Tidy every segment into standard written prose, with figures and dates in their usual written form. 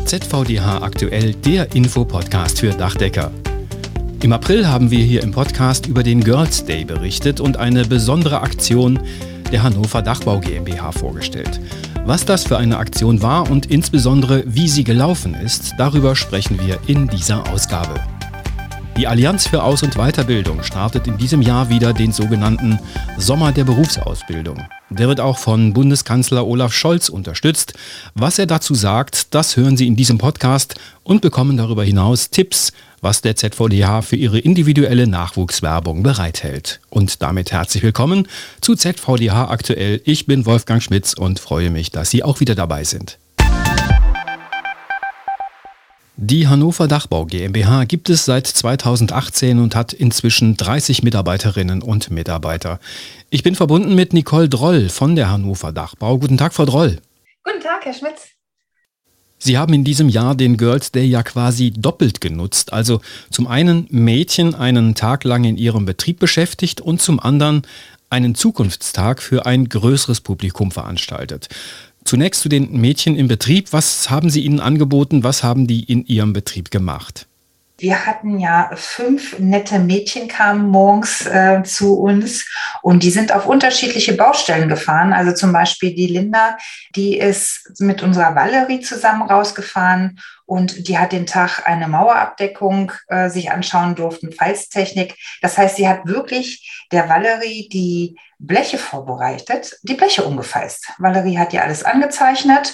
ZVDH aktuell, der Infopodcast für Dachdecker. Im April haben wir hier im Podcast über den Girls Day berichtet und eine besondere Aktion der Hannover Dachbau GmbH vorgestellt. Was das für eine Aktion war und insbesondere wie sie gelaufen ist, darüber sprechen wir in dieser Ausgabe. Die Allianz für Aus- und Weiterbildung startet in diesem Jahr wieder den sogenannten Sommer der Berufsausbildung. Der wird auch von Bundeskanzler Olaf Scholz unterstützt. Was er dazu sagt, das hören Sie in diesem Podcast und bekommen darüber hinaus Tipps, was der ZVDH für Ihre individuelle Nachwuchswerbung bereithält. Und damit herzlich willkommen zu ZVDH aktuell. Ich bin Wolfgang Schmitz und freue mich, dass Sie auch wieder dabei sind. Die Hannover Dachbau GmbH gibt es seit 2018 und hat inzwischen 30 Mitarbeiterinnen und Mitarbeiter. Ich bin verbunden mit Nicole Droll von der Hannover Dachbau. Guten Tag, Frau Droll. Guten Tag, Herr Schmitz. Sie haben in diesem Jahr den Girls Day ja quasi doppelt genutzt. Also zum einen Mädchen einen Tag lang in ihrem Betrieb beschäftigt und zum anderen einen Zukunftstag für ein größeres Publikum veranstaltet. Zunächst zu den Mädchen im Betrieb. Was haben Sie ihnen angeboten? Was haben die in Ihrem Betrieb gemacht? Wir hatten ja 5 nette Mädchen kamen morgens zu uns und die sind auf unterschiedliche Baustellen gefahren. Also zum Beispiel die Linda, die ist mit unserer Valerie zusammen rausgefahren und die hat den Tag eine Mauerabdeckung sich anschauen durften, Falztechnik. Das heißt, sie hat wirklich der Valerie die Bleche vorbereitet, die Bleche umgefalzt. Valerie hat ja alles angezeichnet.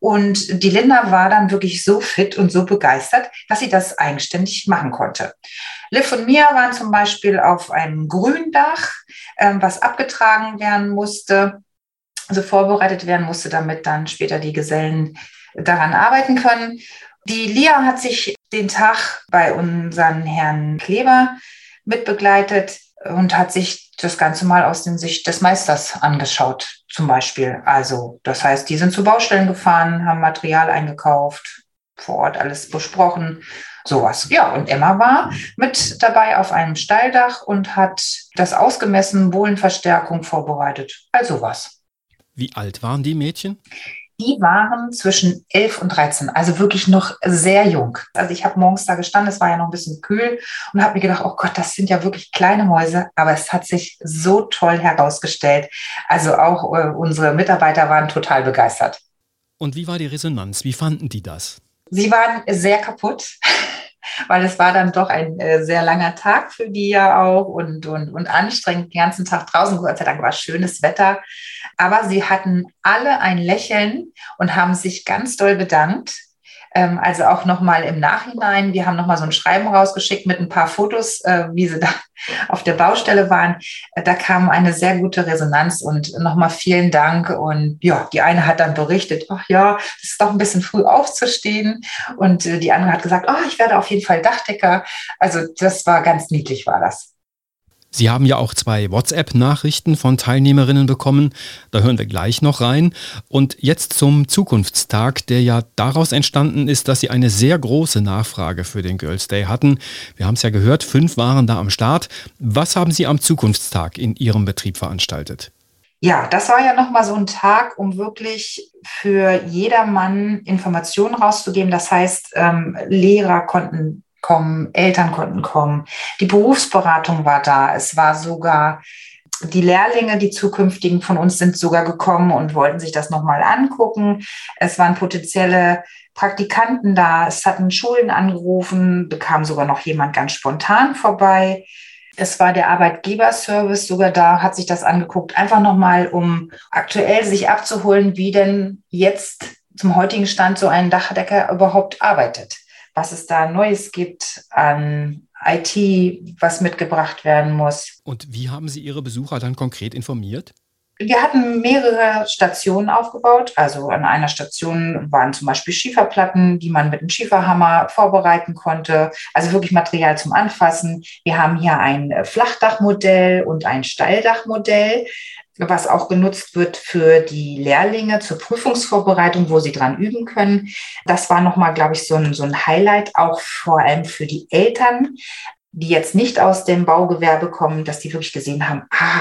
Und die Linda war dann wirklich so fit und so begeistert, dass sie das eigenständig machen konnte. Liv und Mia waren zum Beispiel auf einem Gründach, was abgetragen werden musste, also vorbereitet werden musste, damit dann später die Gesellen daran arbeiten können. Die Lia hat sich den Tag bei unseren Herrn Kleber mitbegleitet und hat sich das Ganze mal aus der Sicht des Meisters angeschaut, zum Beispiel. Also das heißt, die sind zu Baustellen gefahren, haben Material eingekauft, vor Ort alles besprochen, sowas. Ja, und Emma war mit dabei auf einem Steildach und hat das ausgemessen, Bohlenverstärkung vorbereitet, also was. Wie alt waren die Mädchen? Die waren zwischen 11 und 13, also wirklich noch sehr jung. Also ich habe morgens da gestanden, es war ja noch ein bisschen kühl und habe mir gedacht, oh Gott, das sind ja wirklich kleine Mäuse, aber es hat sich so toll herausgestellt. Also auch unsere Mitarbeiter waren total begeistert. Und wie war die Resonanz? Wie fanden die das? Sie waren sehr kaputt, weil es war dann doch ein sehr langer Tag für die ja auch und anstrengend, den ganzen Tag draußen. Gott sei Dank war schönes Wetter. Aber sie hatten alle ein Lächeln und haben sich ganz doll bedankt. Also auch nochmal im Nachhinein. Wir haben nochmal so ein Schreiben rausgeschickt mit ein paar Fotos, wie sie da auf der Baustelle waren. Da kam eine sehr gute Resonanz und nochmal vielen Dank. Und ja, die eine hat dann berichtet, ach ja, es ist doch ein bisschen früh aufzustehen. Und die andere hat gesagt, oh, ich werde auf jeden Fall Dachdecker. Also das war ganz niedlich, war das. Sie haben ja auch 2 WhatsApp-Nachrichten von Teilnehmerinnen bekommen. Da hören wir gleich noch rein. Und jetzt zum Zukunftstag, der ja daraus entstanden ist, dass Sie eine sehr große Nachfrage für den Girls Day hatten. Wir haben es ja gehört, 5 waren da am Start. Was haben Sie am Zukunftstag in Ihrem Betrieb veranstaltet? Ja, das war ja nochmal so ein Tag, um wirklich für jedermann Informationen rauszugeben. Das heißt, Lehrer konnten kommen, Eltern konnten kommen, die Berufsberatung war da, es war sogar die Lehrlinge, die zukünftigen von uns sind sogar gekommen und wollten sich das nochmal angucken. Es waren potenzielle Praktikanten da, es hatten Schulen angerufen, bekam sogar noch jemand ganz spontan vorbei. Es war der Arbeitgeberservice sogar da, hat sich das angeguckt, einfach nochmal, um aktuell sich abzuholen, wie denn jetzt zum heutigen Stand so ein Dachdecker überhaupt arbeitet. Was es da Neues gibt an IT, was mitgebracht werden muss. Und wie haben Sie Ihre Besucher dann konkret informiert? Wir hatten mehrere Stationen aufgebaut. Also an einer Station waren zum Beispiel Schieferplatten, die man mit einem Schieferhammer vorbereiten konnte. Also wirklich Material zum Anfassen. Wir haben hier ein Flachdachmodell und ein Steildachmodell, was auch genutzt wird für die Lehrlinge zur Prüfungsvorbereitung, wo sie dran üben können. Das war nochmal, glaube ich, so ein Highlight, auch vor allem für die Eltern, die jetzt nicht aus dem Baugewerbe kommen, dass die wirklich gesehen haben,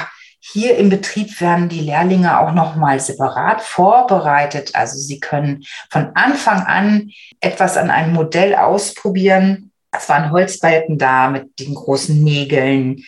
Hier im Betrieb werden die Lehrlinge auch nochmal separat vorbereitet. Also sie können von Anfang an etwas an einem Modell ausprobieren. Es waren Holzbalken da mit den großen Nägeln.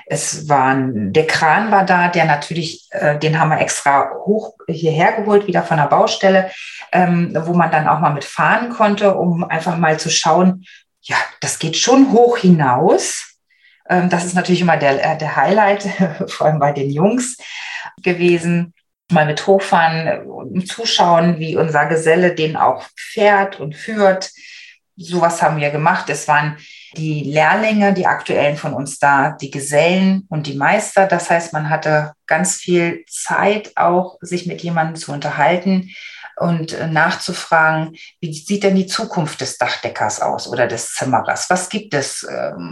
Der Kran war da, der natürlich, den haben wir extra hoch hierher geholt, wieder von der Baustelle, wo man dann auch mal mit fahren konnte, um einfach mal zu schauen, ja, das geht schon hoch hinaus. Das ist natürlich immer der Highlight, vor allem bei den Jungs gewesen. Mal mit hochfahren und zuschauen, wie unser Geselle den auch fährt und führt. Sowas haben wir gemacht. Es waren die Lehrlinge, die aktuellen von uns da, die Gesellen und die Meister. Das heißt, man hatte ganz viel Zeit auch, sich mit jemandem zu unterhalten und nachzufragen, wie sieht denn die Zukunft des Dachdeckers aus oder des Zimmerers? Was gibt es?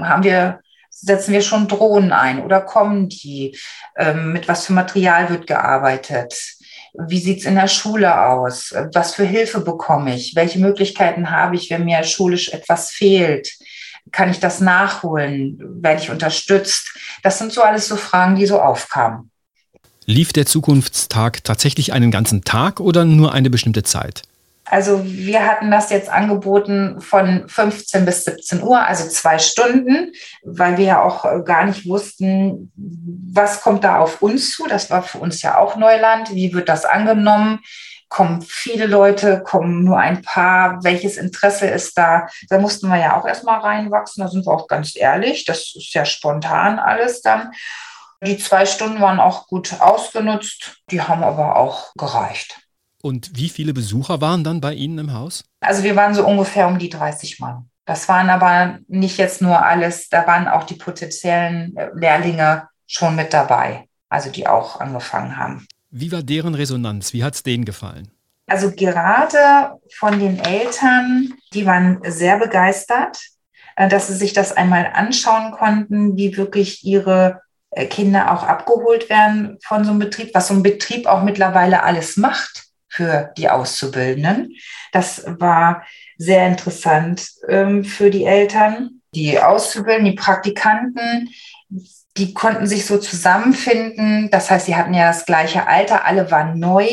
Setzen wir schon Drohnen ein oder kommen die? Mit was für Material wird gearbeitet? Wie sieht es in der Schule aus? Was für Hilfe bekomme ich? Welche Möglichkeiten habe ich, wenn mir schulisch etwas fehlt? Kann ich das nachholen? Werde ich unterstützt? Das sind so alles so Fragen, die so aufkamen. Lief der Zukunftstag tatsächlich einen ganzen Tag oder nur eine bestimmte Zeit? Also wir hatten das jetzt angeboten von 15 bis 17 Uhr, also 2 Stunden, weil wir ja auch gar nicht wussten, was kommt da auf uns zu. Das war für uns ja auch Neuland. Wie wird das angenommen? Kommen viele Leute, kommen nur ein paar? Welches Interesse ist da? Da mussten wir ja auch erstmal reinwachsen. Da sind wir auch ganz ehrlich. Das ist ja spontan alles dann. Die 2 Stunden waren auch gut ausgenutzt. Die haben aber auch gereicht. Und wie viele Besucher waren dann bei Ihnen im Haus? Also wir waren so ungefähr um die 30 Mann. Das waren aber nicht jetzt nur alles, da waren auch die potenziellen Lehrlinge schon mit dabei, also die auch angefangen haben. Wie war deren Resonanz? Wie hat es denen gefallen? Also gerade von den Eltern, die waren sehr begeistert, dass sie sich das einmal anschauen konnten, wie wirklich ihre Kinder auch abgeholt werden von so einem Betrieb, was so ein Betrieb auch mittlerweile alles macht für die Auszubildenden. Das war sehr interessant für die Eltern. Die Auszubildenden, die Praktikanten, die konnten sich so zusammenfinden. Das heißt, sie hatten ja das gleiche Alter, alle waren neu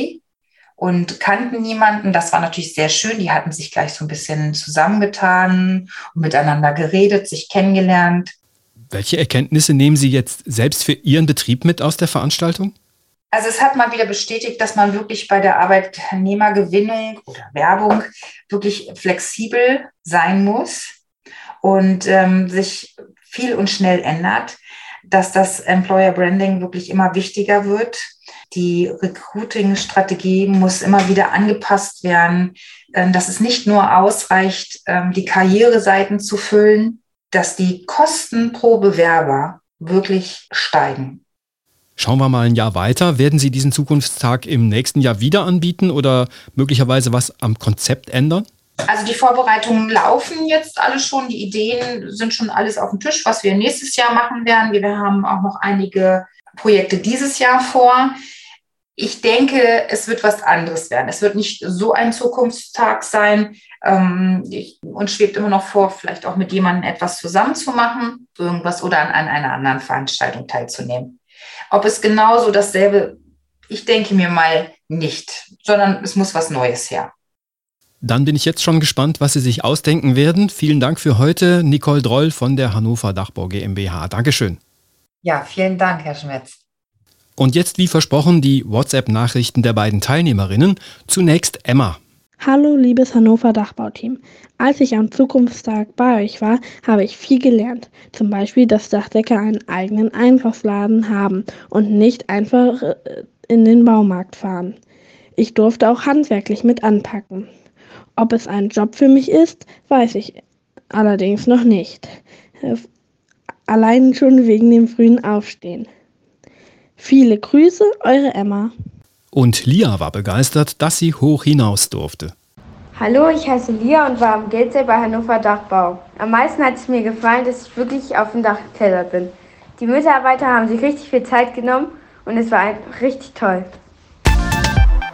und kannten niemanden. Das war natürlich sehr schön. Die hatten sich gleich so ein bisschen zusammengetan und miteinander geredet, sich kennengelernt. Welche Erkenntnisse nehmen Sie jetzt selbst für Ihren Betrieb mit aus der Veranstaltung? Also es hat mal wieder bestätigt, dass man wirklich bei der Arbeitnehmergewinnung oder Werbung wirklich flexibel sein muss und sich viel und schnell ändert, dass das Employer Branding wirklich immer wichtiger wird. Die Recruiting-Strategie muss immer wieder angepasst werden, dass es nicht nur ausreicht, die Karriereseiten zu füllen, dass die Kosten pro Bewerber wirklich steigen. Schauen wir mal ein Jahr weiter. Werden Sie diesen Zukunftstag im nächsten Jahr wieder anbieten oder möglicherweise was am Konzept ändern? Also die Vorbereitungen laufen jetzt alle schon. Die Ideen sind schon alles auf dem Tisch, was wir nächstes Jahr machen werden. Wir haben auch noch einige Projekte dieses Jahr vor. Ich denke, es wird was anderes werden. Es wird nicht so ein Zukunftstag sein. Uns schwebt immer noch vor, vielleicht auch mit jemandem etwas zusammen zu machen, irgendwas oder an einer anderen Veranstaltung teilzunehmen. Ob es genauso dasselbe, ich denke mir mal nicht, sondern es muss was Neues her. Dann bin ich jetzt schon gespannt, was Sie sich ausdenken werden. Vielen Dank für heute, Nicole Droll von der Hannover Dachbau GmbH. Dankeschön. Ja, vielen Dank, Herr Schmitz. Und jetzt, wie versprochen, die WhatsApp-Nachrichten der beiden Teilnehmerinnen. Zunächst Emma. Hallo, liebes Hannover Dachbauteam. Als ich am Zukunftstag bei euch war, habe ich viel gelernt. Zum Beispiel, dass Dachdecker einen eigenen Einkaufsladen haben und nicht einfach in den Baumarkt fahren. Ich durfte auch handwerklich mit anpacken. Ob es ein Job für mich ist, weiß ich allerdings noch nicht. Allein schon wegen dem frühen Aufstehen. Viele Grüße, eure Emma. Und Lia war begeistert, dass sie hoch hinaus durfte. Hallo, ich heiße Lia und war am Geldsee bei Hannover Dachbau. Am meisten hat es mir gefallen, dass ich wirklich auf dem Dach geklettert bin. Die Mitarbeiter haben sich richtig viel Zeit genommen und es war richtig toll.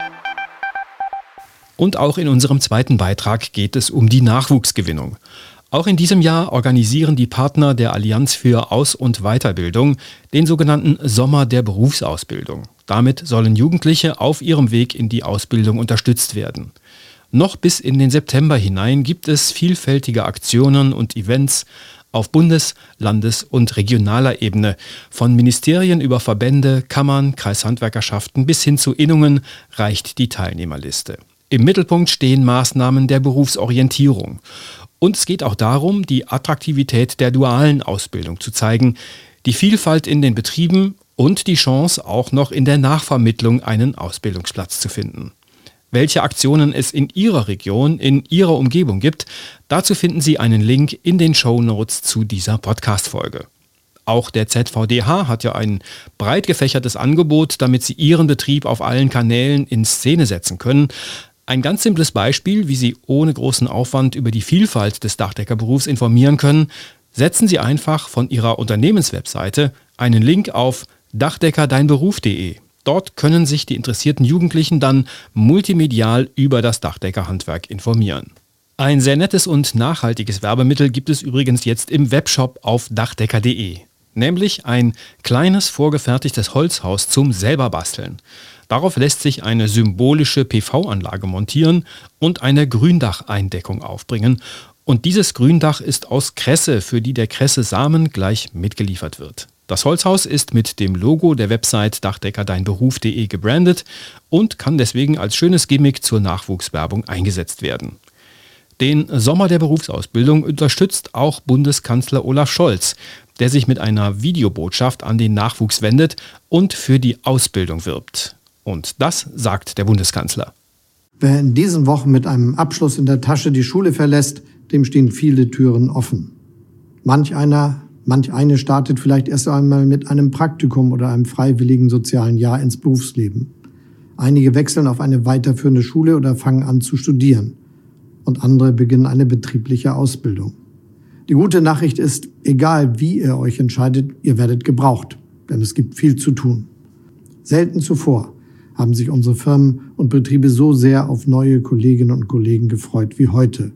Und auch in unserem zweiten Beitrag geht es um die Nachwuchsgewinnung. Auch in diesem Jahr organisieren die Partner der Allianz für Aus- und Weiterbildung den sogenannten Sommer der Berufsausbildung. Damit sollen Jugendliche auf ihrem Weg in die Ausbildung unterstützt werden. Noch bis in den September hinein gibt es vielfältige Aktionen und Events auf Bundes-, Landes- und regionaler Ebene. Von Ministerien über Verbände, Kammern, Kreishandwerkerschaften bis hin zu Innungen reicht die Teilnehmerliste. Im Mittelpunkt stehen Maßnahmen der Berufsorientierung. Und es geht auch darum, die Attraktivität der dualen Ausbildung zu zeigen, die Vielfalt in den Betrieben und die Chance, auch noch in der Nachvermittlung einen Ausbildungsplatz zu finden. Welche Aktionen es in Ihrer Region, in Ihrer Umgebung gibt, dazu finden Sie einen Link in den Shownotes zu dieser Podcast-Folge. Auch der ZVDH hat ja ein breit gefächertes Angebot, damit Sie Ihren Betrieb auf allen Kanälen in Szene setzen können. Ein ganz simples Beispiel, wie Sie ohne großen Aufwand über die Vielfalt des Dachdeckerberufs informieren können: Setzen Sie einfach von Ihrer Unternehmenswebseite einen Link auf dachdeckerdeinberuf.de. Dort können sich die interessierten Jugendlichen dann multimedial über das Dachdeckerhandwerk informieren. Ein sehr nettes und nachhaltiges Werbemittel gibt es übrigens jetzt im Webshop auf dachdecker.de. Nämlich ein kleines vorgefertigtes Holzhaus zum Selberbasteln. Darauf lässt sich eine symbolische PV-Anlage montieren und eine Gründacheindeckung aufbringen. Und dieses Gründach ist aus Kresse, für die der Kresse-Samen gleich mitgeliefert wird. Das Holzhaus ist mit dem Logo der Website dachdeckerdeinberuf.de gebrandet und kann deswegen als schönes Gimmick zur Nachwuchswerbung eingesetzt werden. Den Sommer der Berufsausbildung unterstützt auch Bundeskanzler Olaf Scholz, der sich mit einer Videobotschaft an den Nachwuchs wendet und für die Ausbildung wirbt. Und das sagt der Bundeskanzler. Wer in diesen Wochen mit einem Abschluss in der Tasche die Schule verlässt, dem stehen viele Türen offen. Manch eine startet vielleicht erst einmal mit einem Praktikum oder einem freiwilligen sozialen Jahr ins Berufsleben. Einige wechseln auf eine weiterführende Schule oder fangen an zu studieren. Und andere beginnen eine betriebliche Ausbildung. Die gute Nachricht ist, egal wie ihr euch entscheidet, ihr werdet gebraucht, denn es gibt viel zu tun. Selten zuvor haben sich unsere Firmen und Betriebe so sehr auf neue Kolleginnen und Kollegen gefreut wie heute.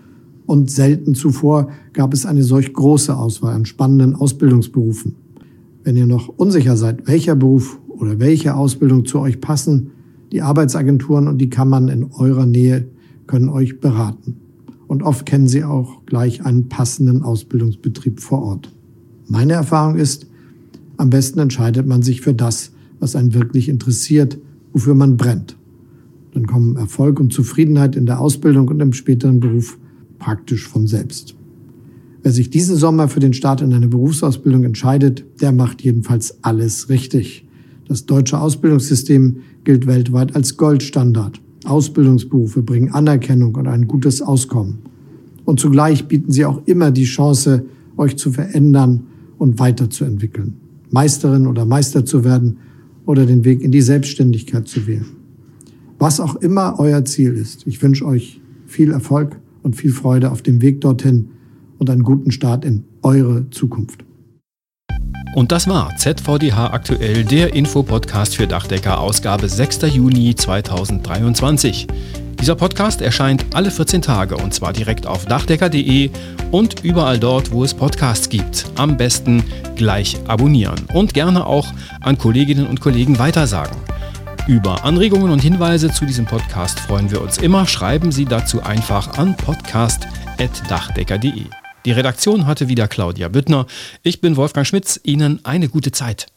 Und selten zuvor gab es eine solch große Auswahl an spannenden Ausbildungsberufen. Wenn ihr noch unsicher seid, welcher Beruf oder welche Ausbildung zu euch passen, die Arbeitsagenturen und die Kammern in eurer Nähe können euch beraten. Und oft kennen sie auch gleich einen passenden Ausbildungsbetrieb vor Ort. Meine Erfahrung ist, am besten entscheidet man sich für das, was einen wirklich interessiert, wofür man brennt. Dann kommen Erfolg und Zufriedenheit in der Ausbildung und im späteren Beruf praktisch von selbst. Wer sich diesen Sommer für den Start in eine Berufsausbildung entscheidet, der macht jedenfalls alles richtig. Das deutsche Ausbildungssystem gilt weltweit als Goldstandard. Ausbildungsberufe bringen Anerkennung und ein gutes Auskommen. Und zugleich bieten sie auch immer die Chance, euch zu verändern und weiterzuentwickeln, Meisterin oder Meister zu werden oder den Weg in die Selbstständigkeit zu wählen. Was auch immer euer Ziel ist, ich wünsche euch viel Erfolg und viel Freude auf dem Weg dorthin und einen guten Start in eure Zukunft. Und das war ZVDH aktuell, der Infopodcast für Dachdecker, Ausgabe 6. Juni 2023. Dieser Podcast erscheint alle 14 Tage und zwar direkt auf dachdecker.de und überall dort, wo es Podcasts gibt. Am besten gleich abonnieren und gerne auch an Kolleginnen und Kollegen weitersagen. Über Anregungen und Hinweise zu diesem Podcast freuen wir uns immer. Schreiben Sie dazu einfach an podcast@dachdecker.de. Die Redaktion hatte wieder Claudia Büttner. Ich bin Wolfgang Schmitz. Ihnen eine gute Zeit.